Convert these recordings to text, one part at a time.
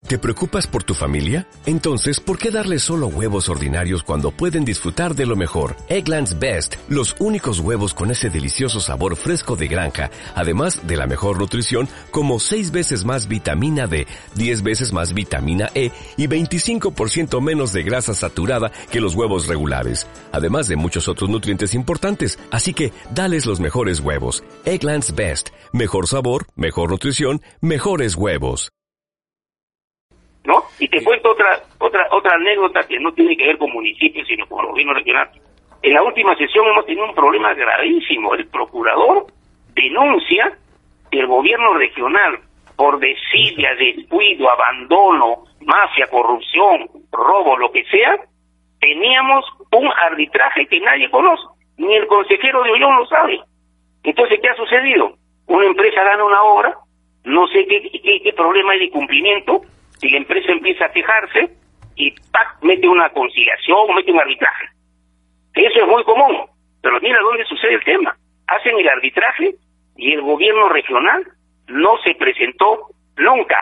¿Te preocupas por tu familia? Entonces, ¿por qué darles solo huevos ordinarios cuando pueden disfrutar de lo mejor? Eggland's Best, los únicos huevos con ese delicioso sabor fresco de granja, además de la mejor nutrición, como 6 veces más vitamina D, 10 veces más vitamina E y 25% menos de grasa saturada que los huevos regulares, además de muchos otros nutrientes importantes. Así que, dales los mejores huevos. Eggland's Best, mejor sabor, mejor nutrición, mejores huevos. ¿No? Y te cuento otra anécdota que no tiene que ver con municipios, sino con el gobierno regional. En la última sesión hemos tenido un problema gravísimo. El procurador denuncia que el gobierno regional, por desidia, descuido, abandono, mafia, corrupción, robo, lo que sea, teníamos un arbitraje que nadie conoce, ni el consejero de Ollón lo sabe. Entonces, ¿qué ha sucedido? Una empresa gana una obra, no sé qué problema hay de cumplimiento. Si la empresa empieza a quejarse y ¡pac! Mete una conciliación, mete un arbitraje. Eso es muy común, pero mira dónde sucede el tema. Hacen el arbitraje y el gobierno regional no se presentó nunca.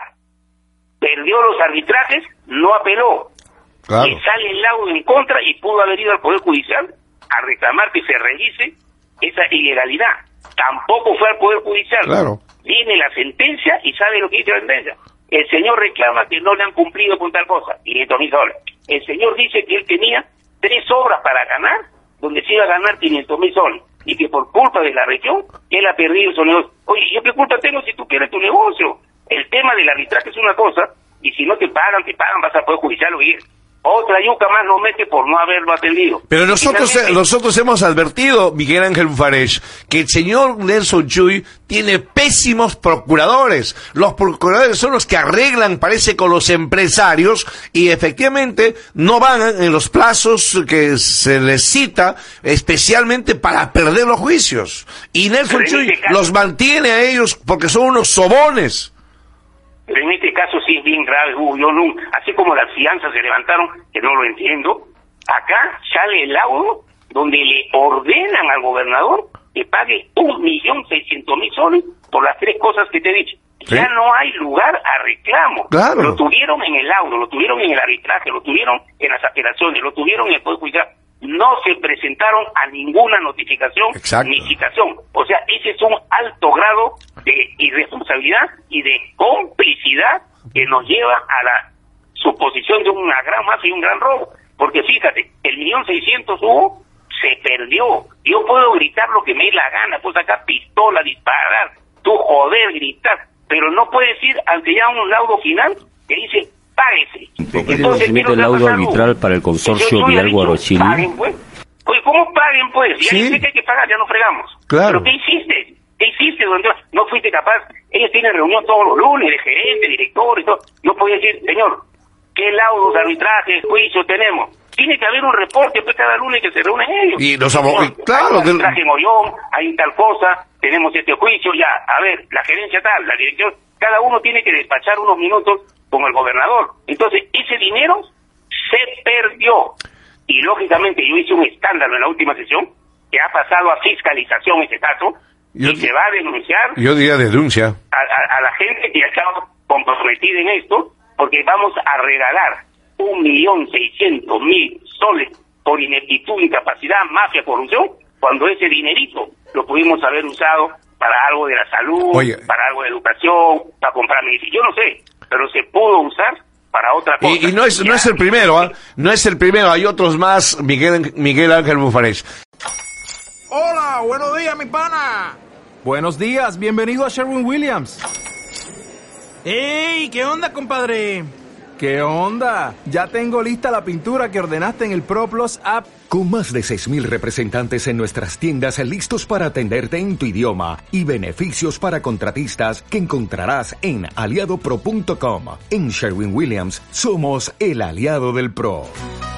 Perdió los arbitrajes, no apeló. Claro. Le sale el laudo en contra y pudo haber ido al Poder Judicial a reclamar que se revise esa ilegalidad. Tampoco fue al Poder Judicial. Claro. Viene la sentencia y sabe lo que dice la sentencia. El señor reclama que no le han cumplido con tal cosa, 500.000 soles. El señor dice que él tenía 3 obras para ganar, donde se iba a ganar 500.000 soles, y que por culpa de la región, él ha perdido su negocio. Oye, ¿yo qué culpa tengo si tú pierdes tu negocio? El tema del arbitraje es una cosa, y si no te pagan, vas al Poder Judicial o ir. Otra yuca más no mete por no haberlo atendido. Pero nosotros hemos advertido, Miguel Ángel Bufarech, que el señor Nelson Chuy tiene pésimos procuradores. Los procuradores son los que arreglan, parece, con los empresarios y efectivamente no van en los plazos que se les cita, especialmente para perder los juicios. Y Nelson Chuy los mantiene a ellos porque son unos sobones. Pero en este caso sí es bien grave, yo nunca, así como las fianzas se levantaron, que no lo entiendo, acá sale el laudo donde le ordenan al gobernador que pague 1.600.000 soles por las 3 cosas que te he dicho. ¿Sí? Ya no hay lugar a reclamo. Claro. Lo tuvieron en el laudo, lo tuvieron en el arbitraje, lo tuvieron en las apelaciones, lo tuvieron en el Poder Judicial. No se presentaron a ninguna notificación. Exacto. Ni citación. O sea, ese es un alto grado de irresponsabilidad y de complicidad que nos lleva a la suposición de una gran mafia y un gran robo. Porque fíjate, el 1.600.000 hubo, se perdió. Yo puedo gritar lo que me dé la gana, puedo sacar pistola, disparar, tú joder, gritar, pero no puedes ir ante ya un laudo final que dice páguese. Entonces, se mete el laudo arbitral para el consorcio Vidal-Guarochili. Paguen, pues. Oye, ¿cómo paguen, pues? Ya dice que hay que pagar, ya no fregamos. Claro. ¿Pero qué hiciste? ¿Qué hiciste? No fuiste capaz. Ellos tienen reunión todos los lunes, de gerente, director y todo. Yo podía decir, señor, ¿qué laudos, arbitrajes, juicios tenemos? Tiene que haber un reporte pues cada lunes que se reúnen ellos. Y los abogados, claro. Hay un arbitraje en Ollón, hay tal cosa, tenemos este juicio, ya, a ver, la gerencia tal, la dirección, cada uno tiene que despachar unos minutos con el gobernador. Entonces, ese dinero se perdió. Y lógicamente yo hice un escándalo en la última sesión, que ha pasado a fiscalización ese caso, y se va a denunciar. Yo diría denuncia. A la gente que ha estado comprometida en esto, porque vamos a regalar 1.600.000 soles por ineptitud, incapacidad, mafia, corrupción, cuando ese dinerito lo pudimos haber usado para algo de la salud, para algo de educación, para comprar medicinas, yo no sé, pero se pudo usar para otra cosa. Y no es el primero, ¿eh? No es el primero, hay otros más, Miguel Ángel Bufarech. Hola, buenos días, mi pana. Buenos días, bienvenido a Sherwin-Williams. ¡Ey! ¿Qué onda, compadre? ¿Qué onda? Ya tengo lista la pintura que ordenaste en el ProPlus app. Con más de 6,000 representantes en nuestras tiendas listos para atenderte en tu idioma y beneficios para contratistas que encontrarás en aliadopro.com. En Sherwin-Williams somos el aliado del pro.